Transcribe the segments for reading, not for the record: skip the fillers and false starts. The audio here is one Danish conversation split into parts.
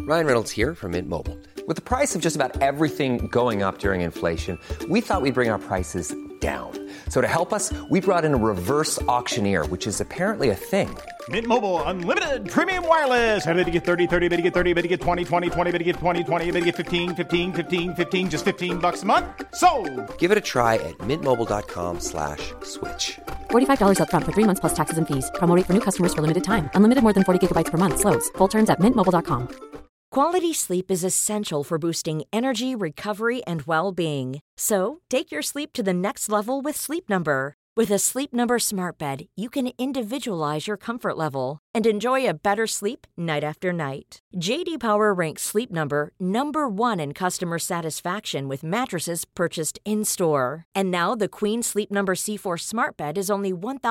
Ryan Reynolds here from Mint Mobile. With the price of just about everything going up during inflation, we thought we'd bring our prices down. So to help us, we brought in a reverse auctioneer, which is apparently a thing. Mint Mobile Unlimited Premium Wireless. How to get 30, 30, bit to get 30, bit to get 20, 20, 20, bit to get 20, 20, bit to get 15, 15, 15, 15, just $15 a month? Sold! Give it a try at mintmobile.com/switch. $45 up front for 3 months plus taxes and fees. Promo rate for new customers for limited time. Unlimited more than 40 gigabytes per month. Slows full terms at mintmobile.com. Quality sleep is essential for boosting energy, recovery, and well-being. So, take your sleep to the next level with Sleep Number. With a Sleep Number smart bed, you can individualize your comfort level and enjoy a better sleep night after night. J.D. Power ranks Sleep Number #1 in customer satisfaction with mattresses purchased in-store. And now the Queen Sleep Number C4 smart bed is only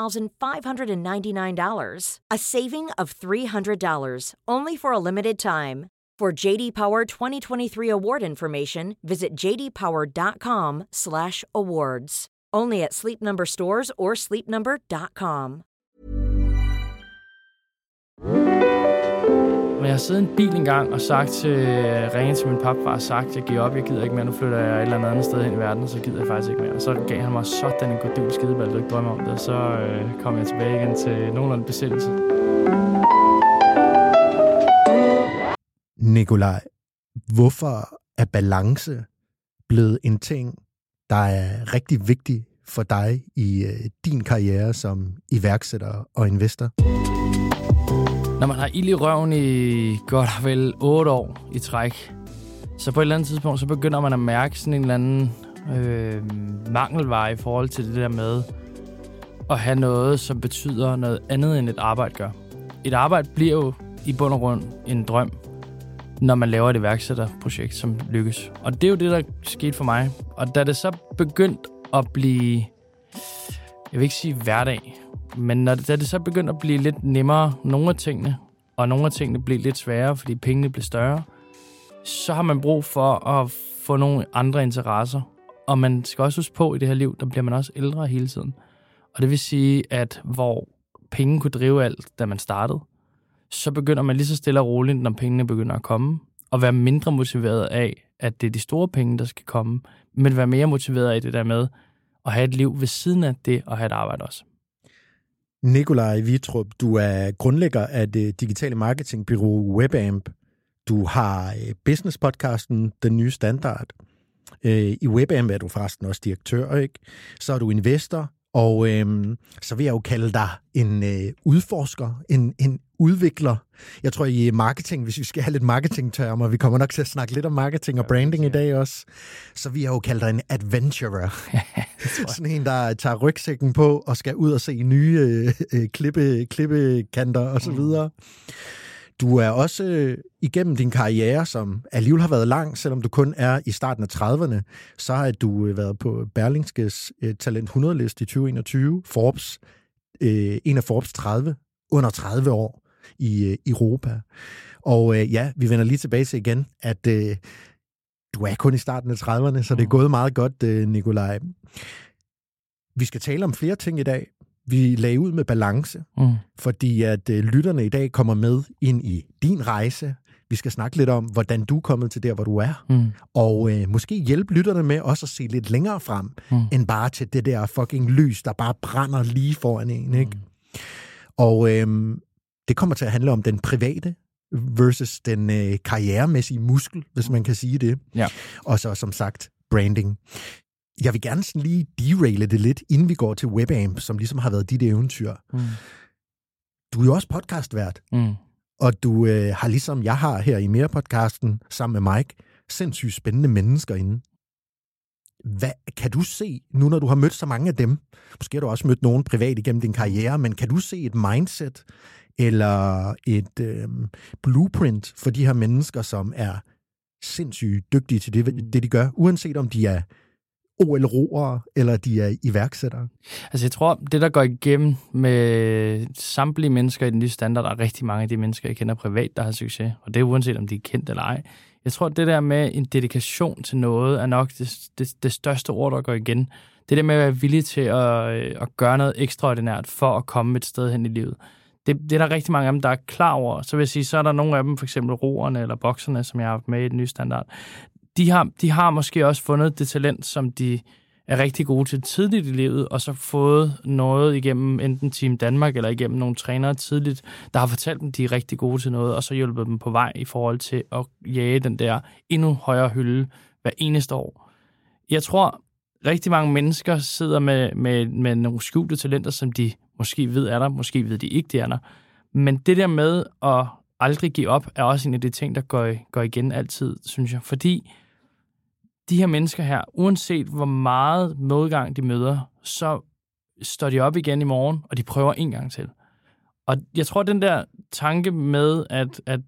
$1,599, a saving of $300, only for a limited time. For JD Power 2023 award information, visit jdpower.com/awards. Only at Sleep Number stores or sleepnumber.com. Men jeg har siddet i en bil engang og ringet til min papfar og sagt, at jeg giver op, jeg gider ikke mere, nu flytter jeg et eller andet sted hen i verden, så gider jeg faktisk ikke mere. Og så gav han mig sådan en goddyl skideball, du ikke drømmer om det, og så kom jeg tilbage igen til nogenlunde besættelse. Nikolaj, hvorfor er balance blevet en ting, der er rigtig vigtig for dig i din karriere som iværksætter og investor? Når man har ild i røven i godt og vel 8 år i træk, så på et eller andet tidspunkt, så begynder man at mærke sådan en eller anden mangelvare i forhold til det der med at have noget, som betyder noget andet end et arbejde gør. Et arbejde bliver jo i bund og grund en drøm, når man laver et iværksætterprojekt, som lykkes. Og det er jo det, der skete for mig. Og da det så begyndte at blive, jeg vil ikke sige hverdag, men da det så begyndte at blive lidt nemmere, nogle af tingene, og nogle af tingene blev lidt sværere, fordi pengene blev større, så har man brug for at få nogle andre interesser. Og man skal også huske på, i det her liv, der bliver man også ældre hele tiden. Og det vil sige, at hvor penge kunne drive alt, da man startede, så begynder man lige så stille og roligt, når pengene begynder at komme, og være mindre motiveret af, at det er de store penge, der skal komme, men være mere motiveret af det der med at have et liv ved siden af det, og have et arbejde også. Nikolaj Vittrup, du er grundlægger af det digitale marketingbureau WebAmp. Du har businesspodcasten Den Nye Standard. I WebAmp er du forresten også direktør, ikke? Så er du investor, og så vil jeg jo kalde dig en udforsker, en udvikler. Jeg tror i marketing, hvis vi skal have lidt marketingtermer, vi kommer nok til at snakke lidt om marketing og branding i dag også, så vil jeg jo kalde dig en adventurer. Sådan en, der tager rygsækken på og skal ud og se nye klippekanter og så videre. Du er også igennem din karriere, som alligevel har været lang, selvom du kun er i starten af 30'erne, så har du været på Berlingskes Talent 100-liste i 2021, Forbes, en af Forbes 30, under 30 år i Europa. Og ja, vi vender lige tilbage til igen, at du er kun i starten af 30'erne, så det er gået meget godt, Nikolaj. Vi skal tale om flere ting i dag. Vi lagde ud med balance, fordi at lytterne i dag kommer med ind i din rejse. Vi skal snakke lidt om, hvordan du er kommet til der, hvor du er. Og måske hjælpe lytterne med også at se lidt længere frem, end bare til det der fucking lys, der bare brænder lige foran en, ikke? Og det kommer til at handle om den private versus den karrieremæssige muskel, hvis man kan sige det. Ja. Og så som sagt, branding. Jeg vil gerne sådan lige deraile det lidt, inden vi går til WebAmp, som ligesom har været dit eventyr. Du er jo også podcastvært, og du har ligesom jeg har her i Mere-podcasten, sammen med Mike, sindssygt spændende mennesker inde. Hvad kan du se, nu når du har mødt så mange af dem, måske har du også mødt nogen privat igennem din karriere, men kan du se et mindset eller et blueprint for de her mennesker, som er sindssygt dygtige til det de gør, uanset om de er OL-roere, eller de er iværksættere? Altså jeg tror, det der går igennem med samtlige mennesker i den nye standard, der er rigtig mange af de mennesker, jeg kender privat, der har succes, og det er uanset om de er kendt eller ej. Jeg tror, det der med en dedikation til noget, er nok det største ord, der går igen. Det der med at være villig til at gøre noget ekstraordinært for at komme et sted hen i livet. Det er der rigtig mange af dem, der er klar over. Så vil jeg sige, så er der nogle af dem, for eksempel roerne eller bokserne, som jeg har haft med i den nye standard. De har måske også fundet det talent, som de er rigtig gode til tidligt i livet, og så fået noget igennem enten Team Danmark eller igennem nogle trænere tidligt, der har fortalt dem, at de er rigtig gode til noget, og så hjulpet dem på vej i forhold til at jage den der endnu højere hylde hver eneste år. Jeg tror, rigtig mange mennesker sidder med nogle skjulte talenter, som de måske ved er der, måske ved de ikke, de er der. Men det der med at aldrig give op, er også en af de ting, der går igen altid, synes jeg. Fordi de her mennesker her, uanset hvor meget modgang de møder, så står de op igen i morgen, og de prøver en gang til. Og jeg tror, den der tanke med, at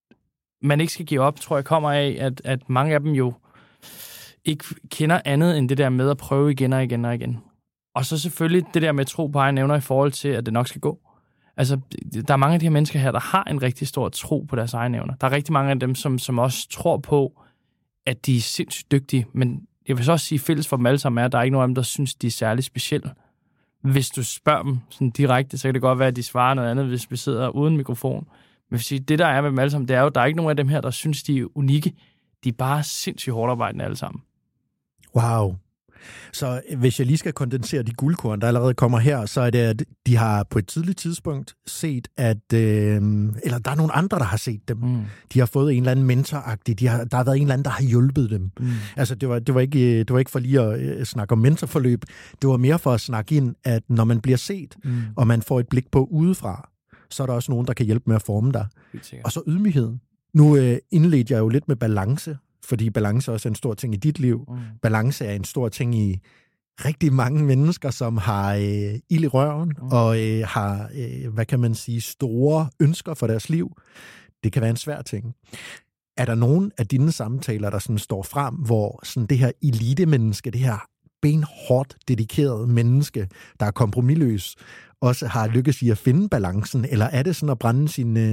man ikke skal give op, tror jeg kommer af, at mange af dem jo ikke kender andet end det der med at prøve igen og igen og igen. Og så selvfølgelig det der med tro på egen evner i forhold til, at det nok skal gå. Altså, der er mange af de her mennesker her, der har en rigtig stor tro på deres egne evner. Der er rigtig mange af dem, som også tror på, at de er sindssygt dygtige. Men jeg vil så også sige, fælles for dem alle sammen er, at der er ikke nogen af dem, der synes, de er særlig specielle. Hvis du spørger dem sådan direkte, så kan det godt være, at de svarer noget andet, hvis vi sidder uden mikrofon. Men vil sige, det der er med dem alle sammen, det er jo, der er ikke nogen af dem her, der synes, de er unikke. De er bare sindssygt hårdt arbejdende alle sammen. Wow. Så hvis jeg lige skal kondensere de guldkorn, der allerede kommer her, så er det, at de har på et tidligt tidspunkt set, at eller der er nogle andre, der har set dem. De har fået en eller anden mentoragtig, der har været en eller anden, der har hjulpet dem. Altså, det var ikke for lige at snakke om mentorforløb. Det var mere for at snakke ind, at når man bliver set, og man får et blik på udefra, så er der også nogen, der kan hjælpe med at forme dig. Og så ydmygheden. Nu indledte jeg jo lidt med balance, fordi balance også er en stor ting i dit liv. Balance er en stor ting i rigtig mange mennesker, som har ild i røven og har, hvad kan man sige, store ønsker for deres liv. Det kan være en svær ting. Er der nogen af dine samtaler, der sådan står frem, hvor sådan det her elite-menneske, det her benhårdt dedikerede menneske, der er kompromisløs, også har lykkes i at finde balancen, eller er det sådan at brænde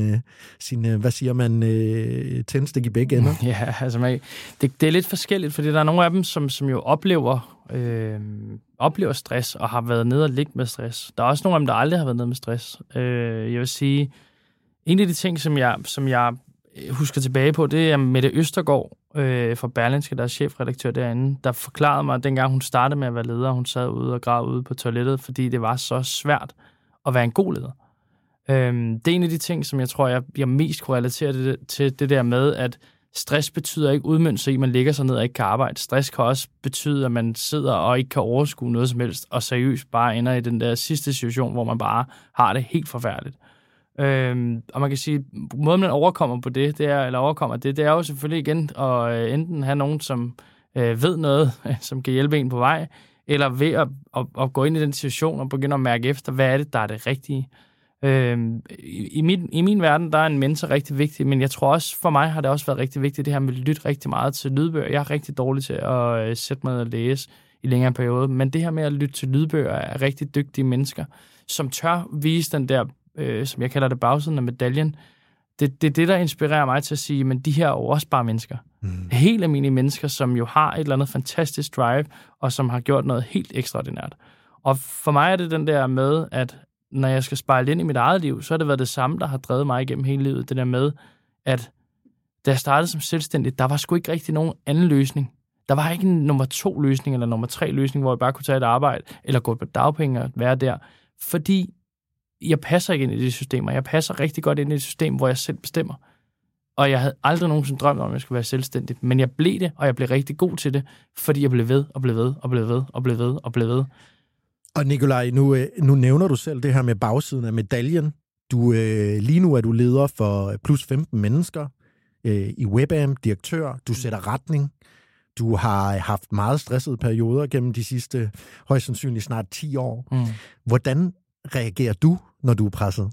sin hvad siger man, tændstik i begge ender? Ja, altså det er lidt forskelligt, fordi der er nogle af dem, som jo oplever stress, og har været nede og ligge med stress. Der er også nogle af dem, der aldrig har været nede med stress. Jeg vil sige, en af de ting, som jeg husker tilbage på, det er Mette Østergaard fra Berlingske, der er chefredaktør derinde, der forklarede mig, at dengang hun startede med at være leder, hun sad ude og græd ude på toilettet, fordi det var så svært at være en god leder. Det er en af de ting, som jeg tror, jeg mest kunne relatere til det der med, at stress betyder ikke udmøntelse i, at man ligger sig ned og ikke kan arbejde. Stress kan også betyde, at man sidder og ikke kan overskue noget som helst, og seriøst bare ender i den der sidste situation, hvor man bare har det helt forfærdeligt. Og man kan sige, måden man overkommer det er jo selvfølgelig igen at enten have nogen, som ved noget, som kan hjælpe en på vej, eller ved at gå ind i den situation og begynde at mærke efter, hvad er det, der er det rigtige. I min verden, der er en mentor rigtig vigtig, men jeg tror også, for mig har det også været rigtig vigtigt, det her med at lytte rigtig meget til lydbøger. Jeg er rigtig dårlig til at sætte mig ned og læse i længere periode, men det her med at lytte til lydbøger er rigtig dygtige mennesker, som tør vise den der, som jeg kalder det, bagsiden af medaljen. Det er det, der inspirerer mig til at sige, men de her er jo også bare mennesker. Helt almindelige mennesker, som jo har et eller andet fantastisk drive, og som har gjort noget helt ekstraordinært. Og for mig er det den der med, at når jeg skal spejle ind i mit eget liv, så har det været det samme, der har drevet mig igennem hele livet. Det der med, at da jeg startede som selvstændig, der var sgu ikke rigtig nogen anden løsning. Der var ikke en nummer 2 løsning eller nummer 3 løsning, hvor jeg bare kunne tage et arbejde, eller gå på dagpenge og være der. Fordi jeg passer ikke ind i de systemer. Jeg passer rigtig godt ind i et system, hvor jeg selv bestemmer. Og jeg havde aldrig nogensinde drømt om, at jeg skulle være selvstændig. Men jeg blev det, og jeg blev rigtig god til det, fordi jeg blev ved, og blev ved, og blev ved, og blev ved, og blev ved. Og Nikolaj, nu nævner du selv det her med bagsiden af medaljen. Lige nu er du leder for plus 15 mennesker i WebAmp, direktør. Du sætter retning. Du har haft meget stressede perioder gennem de sidste, højst sandsynligt snart 10 år. Hvordan reagerer du, når du er presset?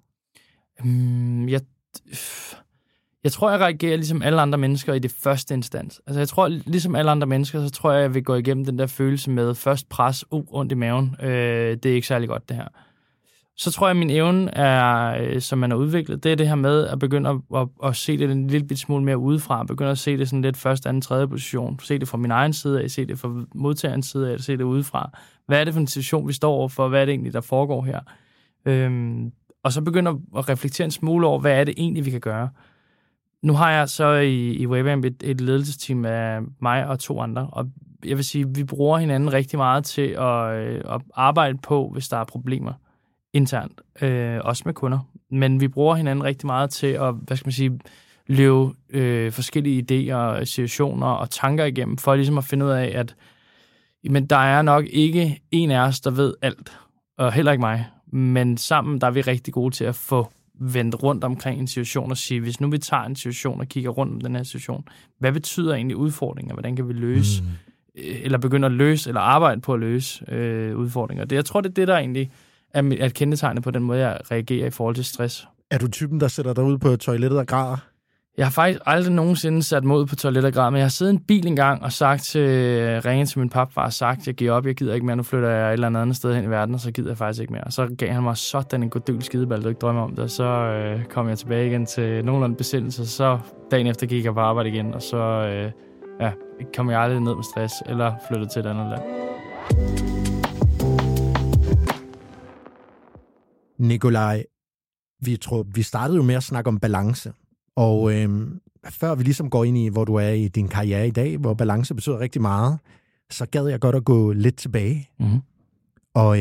Jeg tror, jeg reagerer ligesom alle andre mennesker i det første instans. Altså jeg tror, ligesom alle andre mennesker, så tror jeg vil gå igennem den der følelse med først pres, ondt i maven. Det er ikke særlig godt, det her. Så tror jeg, at min evne er, som man har udviklet, det er det her med at begynde at se det en lille smule mere udefra. Begynde at se det sådan lidt første, anden, tredje position. Se det fra min egen side af, se det fra modtagerens side af, se det udefra. Hvad er det for en situation, vi står overfor? Hvad er det egentlig, der foregår her? Og så begynder at reflektere en smule over, hvad er det egentlig, vi kan gøre. Nu har jeg så i WebAmp et ledelsesteam af mig og 2 andre, og jeg vil sige, vi bruger hinanden rigtig meget til at arbejde på, hvis der er problemer internt, også med kunder. Men vi bruger hinanden rigtig meget til at, løbe forskellige idéer, situationer og tanker igennem, for ligesom at finde ud af, at men der er nok ikke en af os, der ved alt, og heller ikke mig. Men sammen, der er vi rigtig gode til at få vendt rundt omkring en situation og sige, hvis nu vi tager en situation og kigger rundt om den her situation, hvad betyder egentlig udfordringer? Hvordan kan vi løse, eller begynde at løse, eller arbejde på at løse udfordringer? Jeg tror, det er det, der egentlig er kendetegnet på den måde, jeg reagerer i forhold til stress. Er du typen, der sætter dig ud på toilettet og græder? Jeg har faktisk aldrig nogensinde sat mig ud på toilettet og græd, men jeg har siddet en bil engang og ringet til min papfar og sagt, jeg giver op, jeg gider ikke mere, nu flytter jeg et eller andet sted hen i verden, og så gider jeg faktisk ikke mere. Og så gav han mig sådan en goddyl skideball, du ikke drømmer om det, og så kom jeg tilbage igen til nogenlunde besindelse, så dagen efter gik jeg på arbejde igen, og så kom jeg aldrig ned med stress, eller flyttede til et andet land. Nikolaj, vi startede jo med at snakke om balance. Og før vi ligesom går ind i, hvor du er i din karriere i dag, hvor balance betyder rigtig meget, så gad jeg godt at gå lidt tilbage og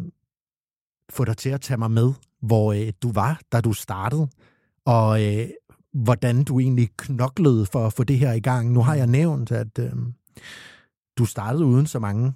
få dig til at tage mig med, hvor du var, da du startede, og hvordan du egentlig knoklede for at få det her i gang. Nu har jeg nævnt, at du startede uden så mange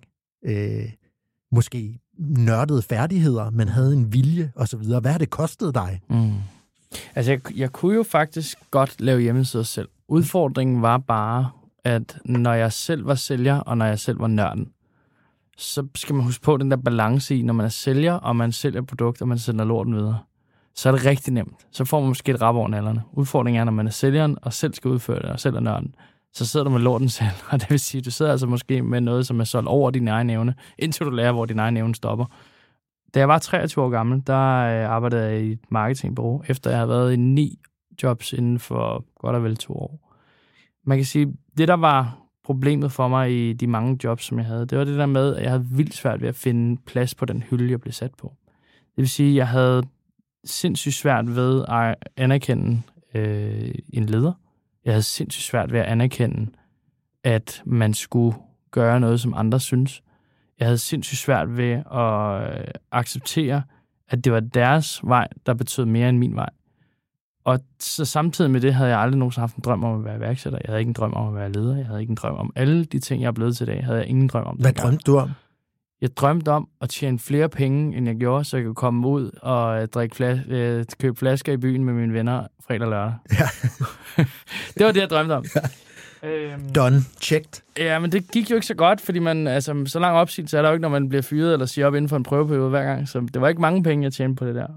måske nørdede færdigheder, men havde en vilje osv. Hvad har det kostet dig? Altså, jeg kunne jo faktisk godt lave hjemmesider selv. Udfordringen var bare, at når jeg selv var sælger, og når jeg selv var nørden, så skal man huske på den der balance i, når man er sælger, og man sælger produkter, og man sender lorten videre. Så er det rigtig nemt. Så får man måske et rap over nallerne. Udfordringen er, når man er sælgeren, og selv skal udføre det, og selv er nørden, så sidder du med lorten selv. Og det vil sige, du sidder altså måske med noget, som er solgt over din egen evne, indtil du lærer, hvor din egen evne stopper. Da jeg var 23 år gammel, der arbejdede jeg i et marketingbureau, efter jeg havde været i 9 jobs inden for godt og vel 2 år. Man kan sige, det der var problemet for mig i de mange jobs, som jeg havde, det var det der med, at jeg havde vildt svært ved at finde plads på den hylde, jeg blev sat på. Det vil sige, at jeg havde sindssygt svært ved at anerkende en leder. Jeg havde sindssygt svært ved at anerkende, at man skulle gøre noget, som andre synes. Jeg havde sindssygt svært ved at acceptere, at det var deres vej, der betød mere end min vej. Og så samtidig med det havde jeg aldrig nogensinde haft en drøm om at være iværksætter. Jeg havde ikke en drøm om at være leder. Jeg havde ikke en drøm om alle de ting, jeg er blevet til i dag. Havde jeg ingen drøm om. Hvad drømte du om? Jeg drømte om at tjene flere penge, end jeg gjorde, så jeg kunne komme ud og købe flasker i byen med mine venner fredag og lørdag. Ja. Det var det, jeg drømte om. Ja. Done. Checked. Ja, men det gik jo ikke så godt, fordi så lang opsigelse er der jo ikke, når man bliver fyret eller siger op inden for en prøveperiode hver gang. Så det var ikke mange penge, jeg tjente på det der.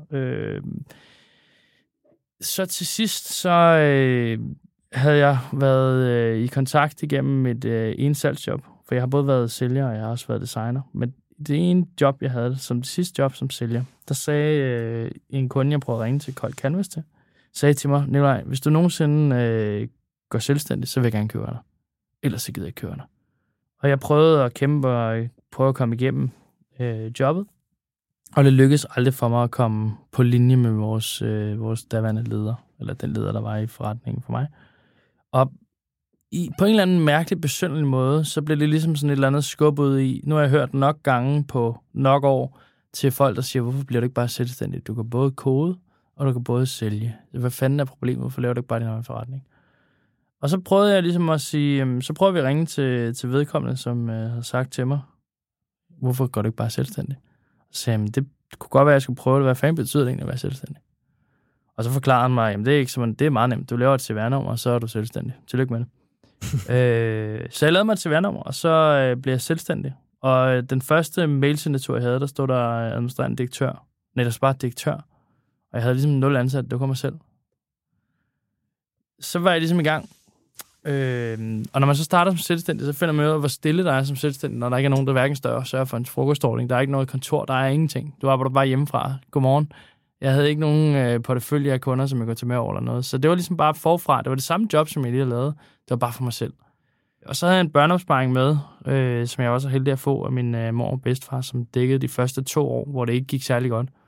Så til sidst, så havde jeg været i kontakt igennem et ensalgsjob, for jeg har både været sælger, og jeg har også været designer. Men det ene job, jeg havde som det sidste job som sælger, der sagde en kunde, jeg prøvede at ringe til Cold Canvas til, sagde til mig, Nikolaj, hvis du nogensinde går selvstændig, så vil jeg gerne købe dig. Ellers så gider jeg ikke købe dig. Og jeg prøvede at kæmpe og prøve at komme igennem jobbet, og det lykkedes aldrig for mig at komme på linje med vores daværende leder, eller den leder, der var i forretningen for mig. Og på en eller anden mærkelig, besynderlig måde, så blev det ligesom sådan et eller andet skub ud i. Nu har jeg hørt nok gange på nok år til folk, der siger, hvorfor bliver du ikke bare selvstændig? Du kan både kode, og du kan både sælge. Hvad fanden er problemet? Hvorfor laver du ikke bare din egen forretning? Og så prøvede jeg ligesom at sige, så prøver vi at ringe til vedkommende, som havde sagt til mig, hvorfor går du ikke bare selvstændig? Så sagde jeg, det kunne godt være, at jeg skulle prøve det. Hvad fanden betyder det egentlig at være selvstændig? Og så forklarede han mig, jamen det er ikke sådan, det er meget nemt. Du laver et CVR-nummer, og så er du selvstændig. Tillykke med det. Så jeg lavede mig et CVR-nummer, og så blev jeg selvstændig. Og den første mailsignatur, jeg havde, der stod der administrerende direktør. Nej, der var bare direktør. Og jeg havde ligesom 0 ansat, det var mig selv. Så var jeg ligesom i gang. Og når man så starter som selvstændig, så finder man ud af, hvor stille der er som selvstændig, når der ikke er nogen, der hverken sørger for en frokostordning. Der er ikke noget kontor, der er ingenting. Du arbejder bare hjemmefra. Godmorgen. Jeg havde ikke nogen portefølje af kunder, som jeg kunne tage med over eller noget. Så det var ligesom bare forfra. Det var det samme job, som jeg lige havde lavet. Det var bare for mig selv. Og så havde jeg en børneopsparing med, som jeg også er heldig at få af min mor og bedstefar, som dækkede de første 2 år, hvor det ikke gik særlig godt.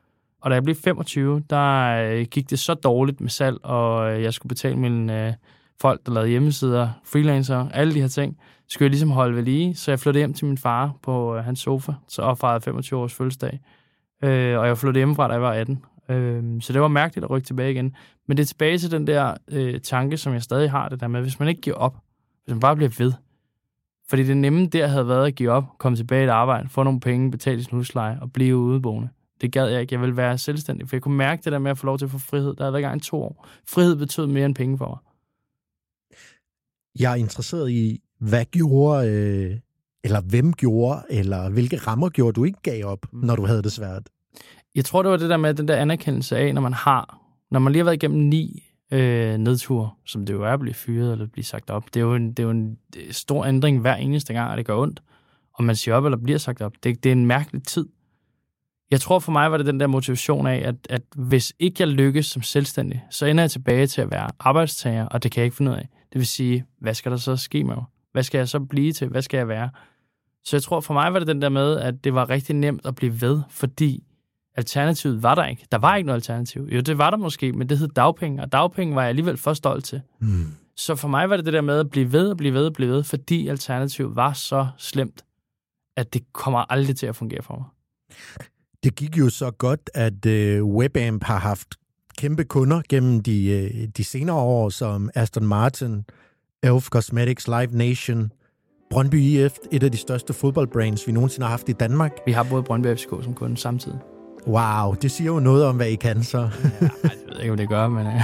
Og da jeg blev 25, der gik det så dårligt med salg, og jeg skulle betale mine folk, der lavede hjemmesider, freelancer, alle de her ting, skulle jeg ligesom holde ved lige. Så jeg flyttede hjem til min far på hans sofa, og fejrede 25 års fødselsdag. Og jeg flyttede hjemmefra, da jeg var 18. Så det var mærkeligt at rykke tilbage igen. Men det er tilbage til den der tanke, som jeg stadig har, det der med, hvis man ikke giver op, hvis man bare bliver ved. Fordi det nemme der havde været at give op, komme tilbage i et arbejde, få nogle penge, betale sin husleje og blive udeboende. Det gad jeg ikke. Jeg ville være selvstændig, for jeg kunne mærke det der med at få lov til at få frihed. Der havde været i gang 2 år. Frihed betød mere end penge for mig. Jeg er interesseret i, hvad gjorde, eller hvem gjorde, eller hvilke rammer gjorde du ikke gav op, når du havde det svært? Jeg tror, det var det der med den der anerkendelse af, når man lige har været igennem 9 nedture, som det jo er at blive fyret eller blive sagt op. Det er jo en stor ændring hver eneste gang, og det gør ondt. Om man siger op eller bliver sagt op. Det er en mærkelig tid. Jeg tror for mig var det den der motivation af, at hvis ikke jeg lykkes som selvstændig, så ender jeg tilbage til at være arbejdstager, og det kan jeg ikke finde ud af. Det vil sige, hvad skal der så ske med mig? Hvad skal jeg så blive til? Hvad skal jeg være? Så jeg tror for mig var det den der med, at det var rigtig nemt at blive ved, fordi alternativet var der ikke. Der var ikke noget alternativ. Jo, det var der måske, men det hed dagpenge, og dagpenge var jeg alligevel for stolt til. Så for mig var det det der med at blive ved, fordi alternativet var så slemt, at det kommer aldrig til at fungere for mig. Det gik jo så godt, at WebAmp har haft kæmpe kunder gennem de senere år, som Aston Martin, Elf Cosmetics, Live Nation, Brøndby IF, et af de største fodboldbrands, vi nogensinde har haft i Danmark. Vi har både Brøndby FCK som kunde samtidig. Wow, det siger jo noget om, hvad I kan så. Ja, jeg ved ikke, om det gør, men...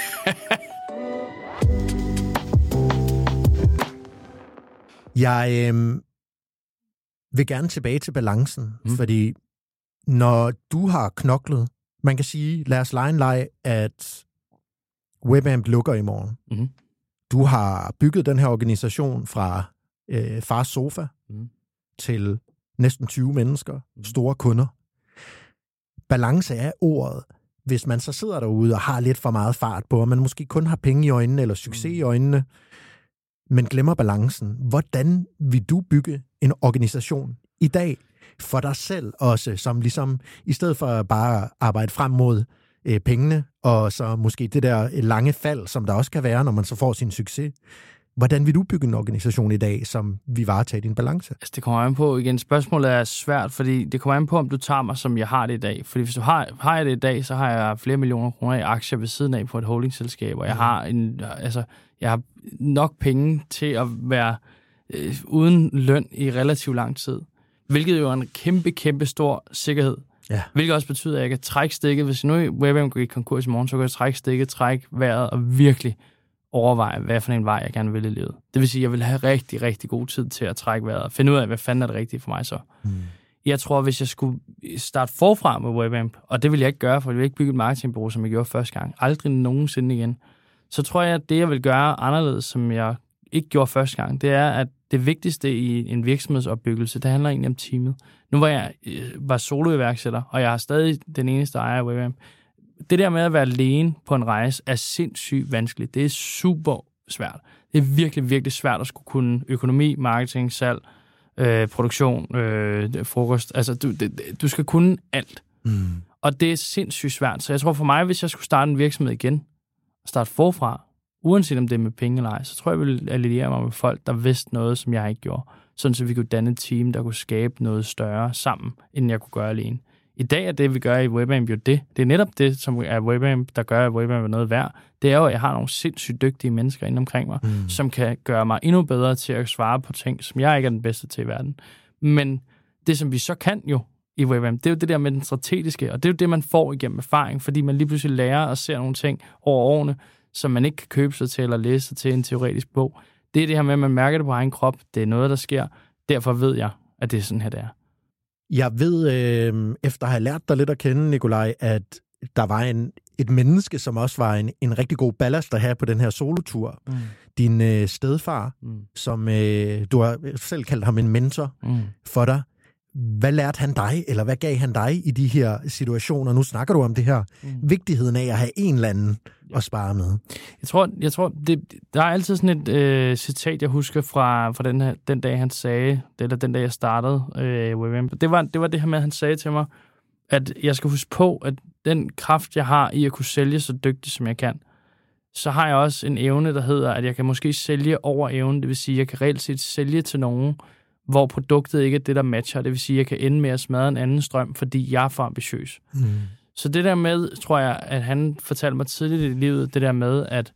Jeg vil gerne tilbage til balancen, fordi når du har knoklet, man kan sige, lad os lege en leg, at WebAmp lukker i morgen. Mm-hmm. Du har bygget den her organisation fra fars sofa til næsten 20 mennesker, store kunder. Balance er ordet. Hvis man så sidder derude og har lidt for meget fart på, og man måske kun har penge i øjnene eller succes i øjnene, men glemmer balancen. Hvordan vil du bygge en organisation i dag for dig selv også, som ligesom i stedet for bare arbejde frem mod pengene, og så måske det der lange fald, som der også kan være, når man så får sin succes. Hvordan vil du bygge en organisation i dag, som vi varetager din balance? Altså, det kommer an på, igen, spørgsmålet er svært, fordi det kommer an på, om du tager mig, som jeg har det i dag. Fordi hvis du har jeg det i dag, så har jeg flere millioner kroner i aktier ved siden af på et holdingselskab, og jeg har nok penge til at være uden løn i relativt lang tid. Hvilket jo er en kæmpe stor sikkerhed. Ja. Hvilket også betyder, at jeg kan trække stikket. Hvis nu WebAmp går i konkurs i morgen, så kan jeg trække stikket, trække vejret og virkelig overveje, hvad for en vej jeg gerne vil i livet. Det vil sige, at jeg vil have rigtig god tid til at trække vejret og finde ud af, hvad fanden er det rigtige for mig så. Jeg tror, hvis jeg skulle starte forfra med WebAmp, og det vil jeg ikke gøre, for jeg vil ikke bygge et marketingbureau, som jeg gjorde første gang, aldrig nogensinde igen, så tror jeg, at det, jeg vil gøre anderledes, som jeg ikke gjorde første gang, det er, at det vigtigste i en virksomhedsopbyggelse, det handler egentlig om teamet. Nu var soloiværksætter, og jeg er stadig den eneste ejer af WebAmp. Det der med at være alene på en rejse er sindssygt vanskeligt. Det er super svært. Det er virkelig svært at skulle kunne økonomi, marketing, salg, produktion, frokost. Altså, du skal kunne alt. Og det er sindssygt svært. Så jeg tror for mig, hvis jeg skulle starte en virksomhed igen, og starte forfra, uanset om det er med penge eller ej, så tror jeg, jeg ville alliere mig med folk, der vidste noget, som jeg ikke gjorde. Sådan så vi kunne danne et team, der kunne skabe noget større sammen, end jeg kunne gøre alene. I dag er det, vi gør i WebAmp jo det. Det er netop det, som er WebAmp, der gør, at WebAmp er noget værd. Det er jo, at jeg har nogle sindssygt dygtige mennesker inde omkring mig, som kan gøre mig endnu bedre til at svare på ting, som jeg ikke er den bedste til i verden. Men det, som vi så kan jo i WebAmp, det er jo det der med den strategiske, og det er jo det, man får igennem erfaring, fordi man lige pludselig lærer og ser nogle ting over årene, som man ikke kan købe sig til eller læse sig til en teoretisk bog. Det er det her med, at man mærker det på egen krop. Det er noget, der sker. Derfor ved jeg, at det er sådan her, det er. Jeg ved, efter at have lært dig lidt at kende, Nikolaj, at der var et menneske, som også var en rigtig god ballast at have på den her solotur. Din stedfar, som du har selv kaldt ham en mentor for dig. Hvad lærte han dig, eller hvad gav han dig i de her situationer? Nu snakker du om det her. Vigtigheden af at have en eller anden at spare med. Jeg tror der er altid sådan et citat, jeg husker fra den dag, han sagde, eller den dag, jeg startede WebAmp. Det var det her med, at han sagde til mig, at jeg skal huske på, at den kraft, jeg har i at kunne sælge så dygtigt, som jeg kan, så har jeg også en evne, der hedder, at jeg kan måske sælge over evnen. Det vil sige, at jeg kan reelt set sælge til nogen, hvor produktet ikke er det, der matcher. Det vil sige, at jeg kan ende med at smadre en anden strøm, fordi jeg er for ambitiøs. Så det der med, tror jeg, at han fortalte mig tidligt i livet, det der med, at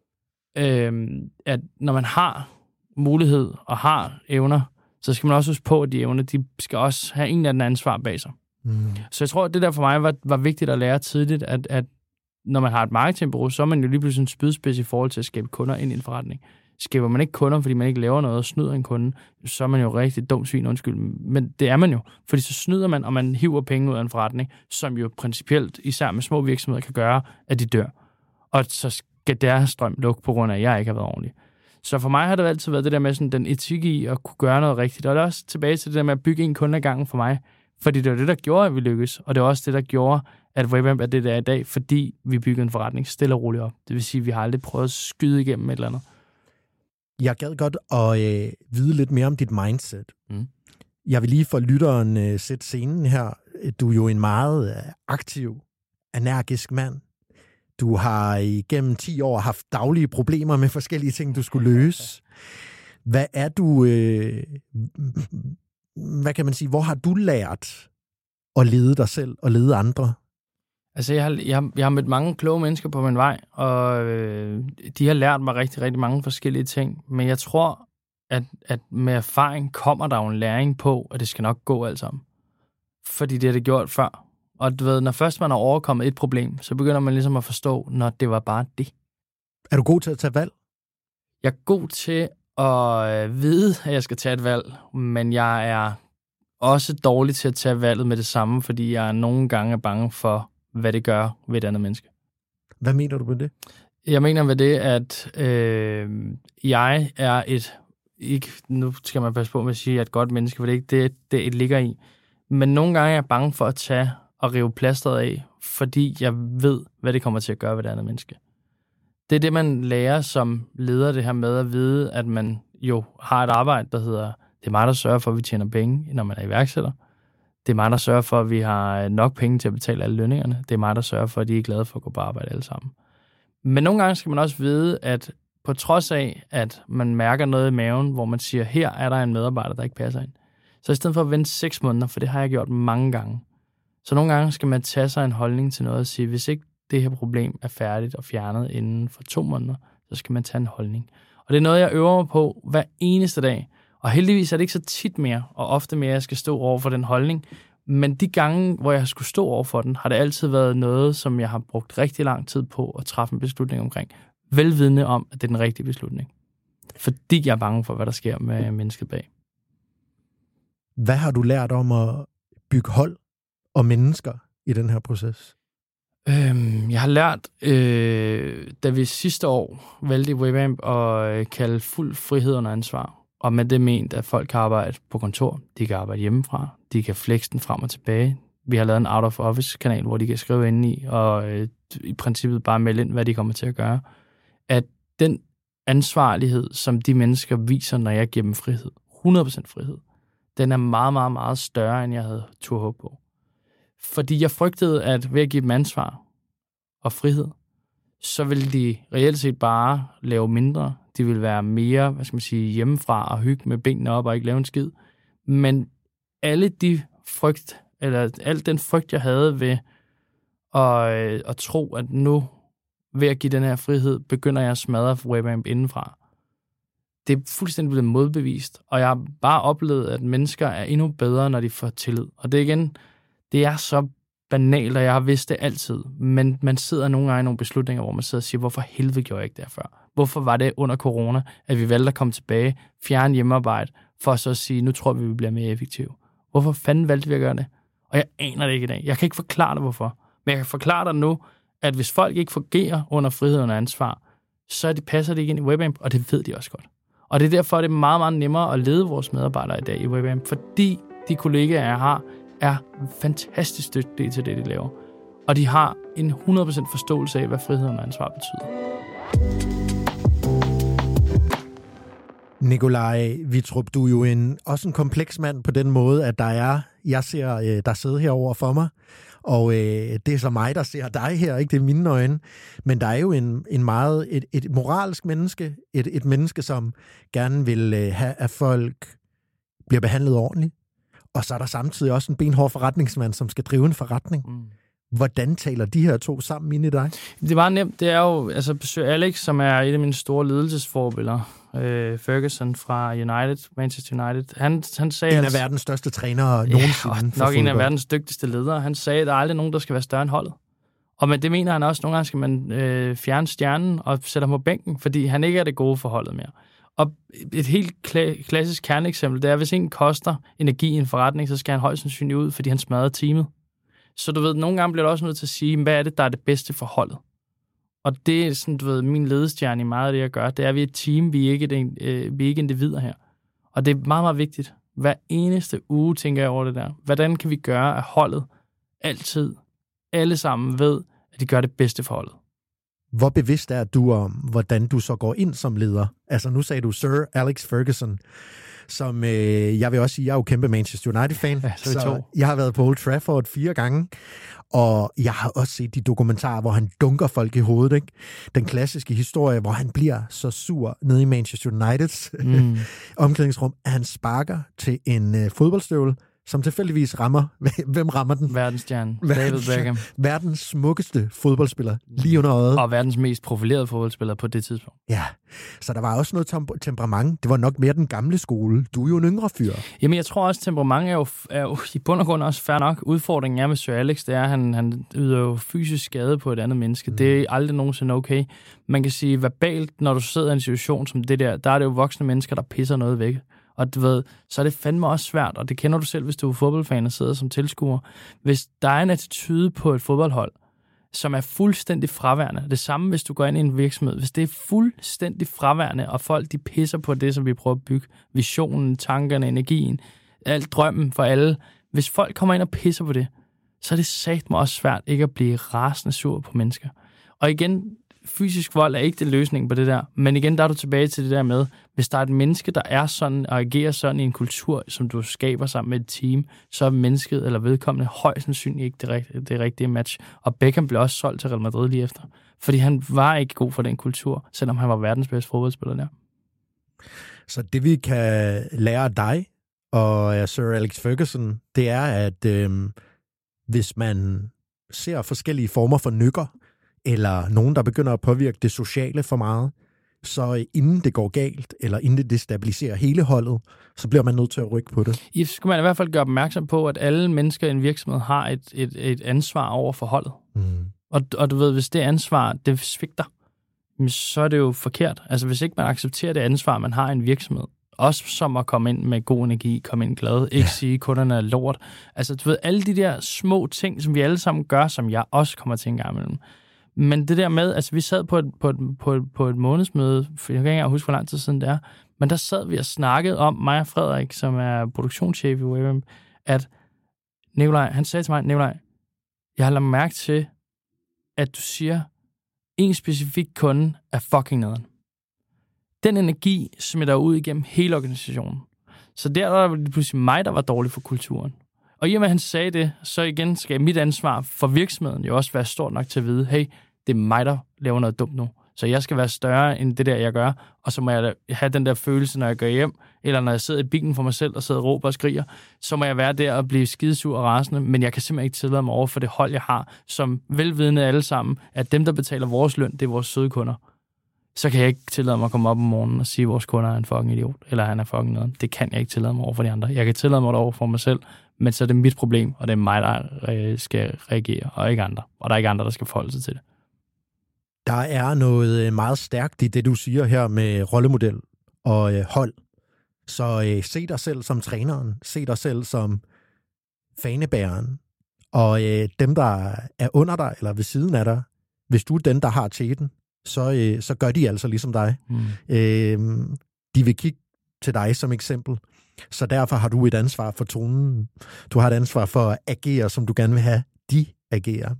når man har mulighed og har evner, så skal man også huske på, at de evner, de skal også have en eller anden ansvar bag sig. Så jeg tror, at det der for mig var vigtigt at lære tidligt, at når man har et marketingbureau, så er man jo lige pludselig en spydspids i forhold til at skabe kunder ind i en forretning. Skaber man ikke kunder, fordi man ikke laver noget og snyder en kunde, så er man jo rigtig dum svin, undskyld. Men det er man jo, fordi så snyder man, og man hiver penge ud af en forretning, som jo principielt, især med små virksomheder, kan gøre, at de dør. Og så skal deres strøm lukke på grund af, at jeg ikke har været ordentlig. Så for mig har det altid været det der med sådan, den etik i at kunne gøre noget rigtigt. Og det er også tilbage til det der med at bygge en kunde ad gangen for mig. Fordi det var det, der gjorde, at vi lykkedes. Og det var også det, der gjorde, at WebAmp er det, der er i dag, fordi vi byggede en forretning stille og roligt op. Det vil sige, at vi har aldrig prøvet at skyde igennem et eller andet. Jeg gad godt at vide lidt mere om dit mindset. Jeg vil lige for lytteren sætte scenen her. Du er jo en meget aktiv, energisk mand. Du har igennem 10 år haft daglige problemer med forskellige ting, du skulle løse. Hvad er du... hvad kan man sige? Hvor har du lært at lede dig selv og lede andre? Altså, jeg har mødt mange kloge mennesker på min vej, og de har lært mig rigtig, rigtig mange forskellige ting. Men jeg tror, at med erfaring kommer der jo en læring på, at det skal nok gå alt sammen. Fordi det har det gjort før. Og du ved, når først man har overkommet et problem, så begynder man ligesom at forstå, når det var bare det. Er du god til at tage valg? Jeg er god til at vide, at jeg skal tage et valg, men jeg er også dårlig til at tage valget med det samme, fordi jeg nogle gange er bange for, hvad det gør ved et andet menneske. Hvad mener du med det? Jeg mener med det, at jeg er ikke, nu skal man passe på med at sige, at et godt menneske, for det er ikke det ligger i. Men nogle gange er jeg bange for at tage og rive plasteret af, fordi jeg ved, hvad det kommer til at gøre ved et andet menneske. Det er det, man lærer som leder, det her med at vide, at man jo har et arbejde, der hedder, det er mig, der sørger for, at vi tjener penge, når man er iværksætter. Det er mig, der sørger for, at vi har nok penge til at betale alle lønningerne. Det er mig, der sørger for, at de er glade for at gå på arbejde alle sammen. Men nogle gange skal man også vide, at på trods af, at man mærker noget i maven, hvor man siger, her er der en medarbejder, der ikke passer ind. Så i stedet for at vente 6 måneder, for det har jeg gjort mange gange, så nogle gange skal man tage sig en holdning til noget og sige, hvis ikke det her problem er færdigt og fjernet inden for 2 måneder, så skal man tage en holdning. Og det er noget, jeg øver mig på hver eneste dag. Og heldigvis er det ikke så tit mere, og ofte mere, at jeg skal stå over for den holdning. Men de gange, hvor jeg skulle stå over for den, har det altid været noget, som jeg har brugt rigtig lang tid på at træffe en beslutning omkring. Velvidende om, at det er den rigtige beslutning. Fordi jeg er bange for, hvad der sker med mennesket bag. Hvad har du lært om at bygge hold og mennesker i den her proces? Jeg har lært, da vi sidste år valgte i WebAmp at kalde fuld frihed og ansvar. Og med det ment, at folk kan arbejde på kontor, de kan arbejde hjemmefra, de kan flexe den frem og tilbage. Vi har lavet en out-of-office-kanal, hvor de kan skrive ind i, og i princippet bare melde ind, hvad de kommer til at gøre. At den ansvarlighed, som de mennesker viser, når jeg giver dem frihed, 100% frihed, den er meget, meget, meget større, end jeg havde turde håbe på. Fordi jeg frygtede, at ved at give dem ansvar og frihed, så ville de reelt set bare lave mindre. De ville være mere, hjemmefra og hygge med benene op og ikke lave en skid. Men al den frygt, jeg havde ved at tro, at nu ved at give den her frihed, begynder jeg at smadre WebAmp indenfra. Det er fuldstændig blevet modbevist, og jeg har bare oplevet, at mennesker er endnu bedre, når de får tillid. Og det er så banalt, og jeg har vidst det altid. Men man sidder nogle gange i nogle beslutninger, hvor man sidder og siger, hvorfor helvede gjorde jeg ikke det før? Hvorfor var det under corona, at vi valgte at komme tilbage, fjerne hjemmearbejde, for så at sige, nu tror vi bliver mere effektive? Hvorfor fanden valgte vi at gøre det? Og jeg aner det ikke i dag. Jeg kan ikke forklare dig, hvorfor. Men jeg kan forklare dig nu, at hvis folk ikke fungerer under frihed og ansvar, så passer det ikke ind i WebAmp, og det ved de også godt. Og det er derfor, det er meget, meget nemmere at lede vores medarbejdere i dag i WebAmp, fordi de kollegaer, jeg har, er fantastisk dygtige til det, de laver. Og de har en 100% forståelse af, hvad frihed og ansvar betyder. Hvad har du lært om at bygge hold og mennesker i den her proces? Jeg har lært, at det er meget, meget, meget større, end jeg havde turde håbe på. Fordi jeg er bange for, hvad der sker med mennesket bag. Nikolaj Vittrup, du er jo også en kompleks mand på den måde, at jeg ser der sidder herovre for mig, og det er så mig, der ser dig her, ikke? Det er mine øjne. Men der er jo et moralsk menneske, et menneske, som gerne vil have, at folk bliver behandlet ordentligt. Og så er der samtidig også en benhård forretningsmand, som skal drive en forretning. Hvordan taler de her to sammen ind i dig? Det er meget nemt. Det er jo Sir Alex, som er et af mine store ledelsesforbilleder. Ferguson fra Manchester United. Han sagde... En af verdens største trænere nogensinde. Nok en af verdens dygtigste ledere. Han sagde, at der er aldrig nogen, der skal være større end holdet. Og men det mener han også. Nogle gange skal man fjerne stjernen og sætte ham på bænken, fordi han ikke er det gode for holdet mere. Og et helt klassisk kerneeksempel, det er, at hvis en koster energi i en forretning, så skal han højst sandsynligt ud, fordi han smadrer teamet. Så du ved, nogle gange bliver du også nødt til at sige, hvad er det, der er det bedste for holdet? Og det er sådan, du ved, min ledestjerne i meget af det, jeg gør, det er, at vi er et team, vi er ikke individer her. Og det er meget, meget vigtigt. Hver eneste uge tænker jeg over det der. Hvordan kan vi gøre, at holdet altid, alle sammen ved, at de gør det bedste for holdet? Hvor bevidst er du om, hvordan du så går ind som leder? Altså nu sagde du Sir Alex Ferguson, som jeg vil også sige, jeg er jo kæmpe Manchester United-fan, ja, så jeg har været på Old Trafford 4 gange, og jeg har også set de dokumentarer, hvor han dunker folk i hovedet, ikke? Den klassiske historie, hvor han bliver så sur nede i Manchester Uniteds omklædningsrum, at han sparker til en fodboldstøvle, som tilfældigvis rammer... Hvem rammer den? Verdensstjernen. David Beckham. Verdens smukkeste fodboldspiller, lige under øjet. Og verdens mest profilerede fodboldspiller på det tidspunkt. Ja, så der var også noget temperament. Det var nok mere den gamle skole. Du er jo en yngre fyr. Jamen, jeg tror også, temperament er jo i bund og grund også fair nok. Udfordringen er med Sir Alex, det er, at han yder jo fysisk skade på et andet menneske. Det er aldrig nogensinde okay. Man kan sige, verbalt, når du sidder i en situation som det der er det jo voksne mennesker, der pisser noget væk. Og du ved, så er det fandme også svært, og det kender du selv, hvis du er fodboldfan og sidder som tilskuer. Hvis der er en attitude på et fodboldhold, som er fuldstændig fraværende, det samme hvis du går ind i en virksomhed, hvis det er fuldstændig fraværende, og folk de pisser på det, som vi prøver at bygge, visionen, tankerne, energien, alt drømmen for alle, hvis folk kommer ind og pisser på det, så er det satme også svært ikke at blive rasende sur på mennesker. Og igen, fysisk vold er ikke det løsning på det der, men igen, der er du tilbage til det der med, hvis der er et menneske, der er sådan og agerer sådan i en kultur, som du skaber sammen med et team, så er mennesket eller vedkommende højst sandsynligt ikke det rigtige match. Og Beckham blev også solgt til Real Madrid lige efter, fordi han var ikke god for den kultur, selvom han var verdens bedste fodboldspiller der. Så det vi kan lære af dig og af Sir Alex Ferguson, det er, at hvis man ser forskellige former for nykker, eller nogen, der begynder at påvirke det sociale for meget, så inden det går galt, eller inden det destabiliserer hele holdet, så bliver man nødt til at rykke på det. I skal man i hvert fald gøre opmærksom på, at alle mennesker i en virksomhed har et ansvar over for holdet. Og du ved, hvis det ansvar, det svigter, så er det jo forkert. Altså hvis ikke man accepterer det ansvar, man har i en virksomhed, også som at komme ind med god energi, komme ind glad, ikke sige, kunderne er lort. Altså du ved, alle de der små ting, som vi alle sammen gør, som jeg også kommer til en gang imellem. Men det der med, altså vi sad på et månedsmøde, for jeg kan ikke engang huske, hvor lang tid siden det er, men der sad vi og snakkede om, mig og Frederik, som er produktionschef i WebM, at Nikolaj, han sagde til mig, Nikolaj, jeg har lagt mærke til, at du siger, en specifik kunde er fucking nederen. Den energi smitter ud igennem hele organisationen. Så der var det pludselig mig, der var dårlig for kulturen. Og i og med, at han sagde det, så igen skal mit ansvar for virksomheden jo også være stort nok til at vide, hey, det er mig, der laver noget dumt nu. Så jeg skal være større end det der, jeg gør. Og så må jeg have den der følelse, når jeg går hjem, eller når jeg sidder i bilen for mig selv og sidder og råber og skriger, så må jeg være der og blive skidesur og rasende, men jeg kan simpelthen ikke tillade mig over for det hold, jeg har, som velvidende alle sammen, at dem, der betaler vores løn, det er vores søde kunder. Så kan jeg ikke tillade mig at komme op om morgenen og sige, at vores kunder er en fucking idiot, eller han er fucking noget. Det kan jeg ikke tillade mig over for de andre. Jeg kan tillade mig det over for mig selv, men så er det mit problem, og det er mig, der skal reagere, og ikke andre. Og der er ikke andre, der skal forholde sig til det. Der er noget meget stærkt i det, du siger her med rollemodel og hold. Så se dig selv som træneren, se dig selv som fanebæreren, og dem, der er under dig eller ved siden af dig, hvis du er den, der har teten, så gør de altså ligesom dig. De vil kigge til dig som eksempel. Så derfor har du et ansvar for tonen. Du har et ansvar for at agere, som du gerne vil have, de agerer.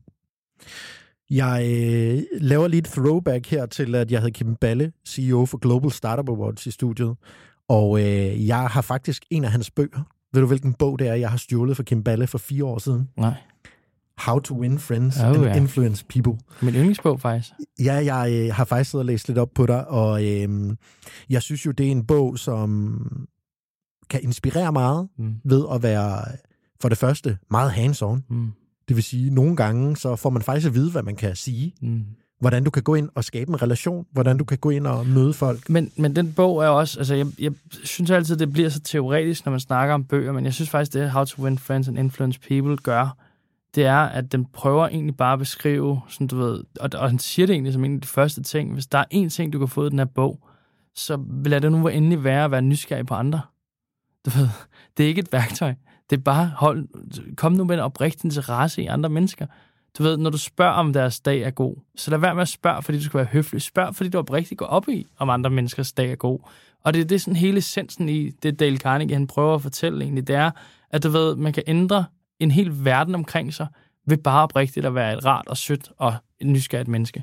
Jeg laver lige et throwback her til, at jeg havde Kim Balle, CEO for Global Startup Awards i studiet. Og jeg har faktisk en af hans bøger. Ved du, hvilken bog det er, jeg har stjålet fra Kim Balle for 4 år siden? Nej. How to Win Friends and Influence People. Min yndlingsbog, faktisk. Ja, jeg har faktisk siddet og læst lidt op på dig, og jeg synes jo, det er en bog, som kan inspirere meget ved at være, for det første, meget hands-on. Det vil sige, nogle gange, så får man faktisk at vide, hvad man kan sige. Hvordan du kan gå ind og skabe en relation. Hvordan du kan gå ind og møde folk. Men den bog er også... Altså, jeg synes altid, det bliver så teoretisk, når man snakker om bøger, men jeg synes faktisk, det How to Win Friends and Influence People gør, det er, at den prøver egentlig bare at beskrive, sådan du ved, og han siger det egentlig som en af de første ting. Hvis der er én ting, du kan få i den her bog, så lad det nu endelig være at være nysgerrig på andre. Du ved, det er ikke et værktøj. Det er bare, kom nu med en oprigtig interesse i andre mennesker. Du ved, når du spørger, om deres dag er god, så lad være med at spørge, fordi du skal være høflig. Spørg, fordi du oprigtigt går op i, om andre menneskers dag er god. Og det er sådan hele essensen i det, Dale Carnegie, han prøver at fortælle egentlig, det er, at du ved, man kan ændre en hel verden omkring sig, ved bare oprigtigt at være et rart og sødt og et nysgerrigt menneske.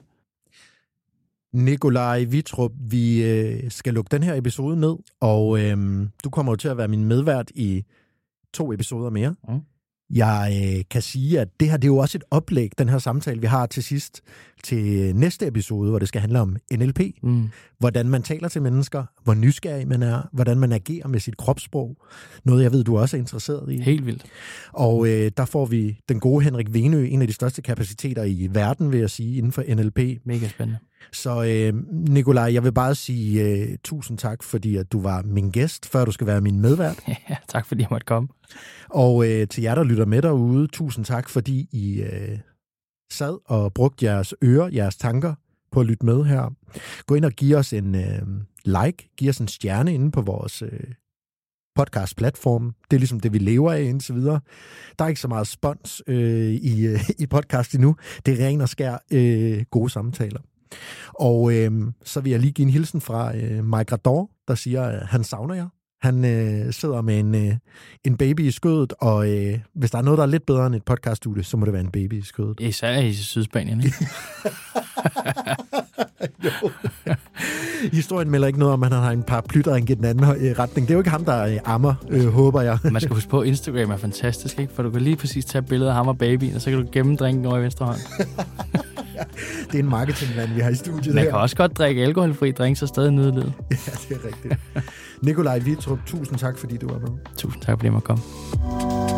Nikolaj Vittrup, vi skal lukke den her episode ned, og du kommer jo til at være min medvært i 2 episoder mere. Jeg kan sige, at det her, det er jo også et oplæg, den her samtale, vi har til sidst, til næste episode, hvor det skal handle om NLP. Hvordan man taler til mennesker, hvor nysgerrig man er, hvordan man agerer med sit kropssprog. Noget, jeg ved, du også er interesseret i. Helt vildt. Og der får vi den gode Henrik Venø, en af de største kapaciteter i verden, vil jeg sige, inden for NLP. Mega spændende. Så Nikolaj, jeg vil bare sige tusind tak, fordi at du var min gæst, før du skal være min medvært. Ja, tak fordi jeg måtte komme. Og til jer, der lytter med derude, tusind tak, fordi I sad og brugte jeres ører, jeres tanker på at lytte med her. Gå ind og giv os en like, giv os en stjerne inde på vores podcast-platform. Det er ligesom det, vi lever af indtil videre. Der er ikke så meget spons i podcast endnu. Det er ren og skær gode samtaler. Og så vil jeg lige give en hilsen fra Mike Rador, der siger, at han savner jer. Han sidder med en baby i skødet, og hvis der er noget, der er lidt bedre end et podcaststudie, så må det være en baby i skødet. Især i Sydspanien, ikke? Jo. Historien melder ikke noget om, at han har en paraply, der ringer i den anden retning. Det er jo ikke ham, der ammer, håber jeg. Man skal huske på, at Instagram er fantastisk, ikke? For du kan lige præcis tage billeder af ham og babyen, og så kan du gemme drinken over i venstre hånd. Det er en marketingmand, vi har i studiet. Man kan også godt drikke alkoholfri drinks og stadig nyde livet. Ja, det er rigtigt. Nikolaj Vittrup, tusind tak, fordi du var med. Tusind tak, fordi jeg måtte komme.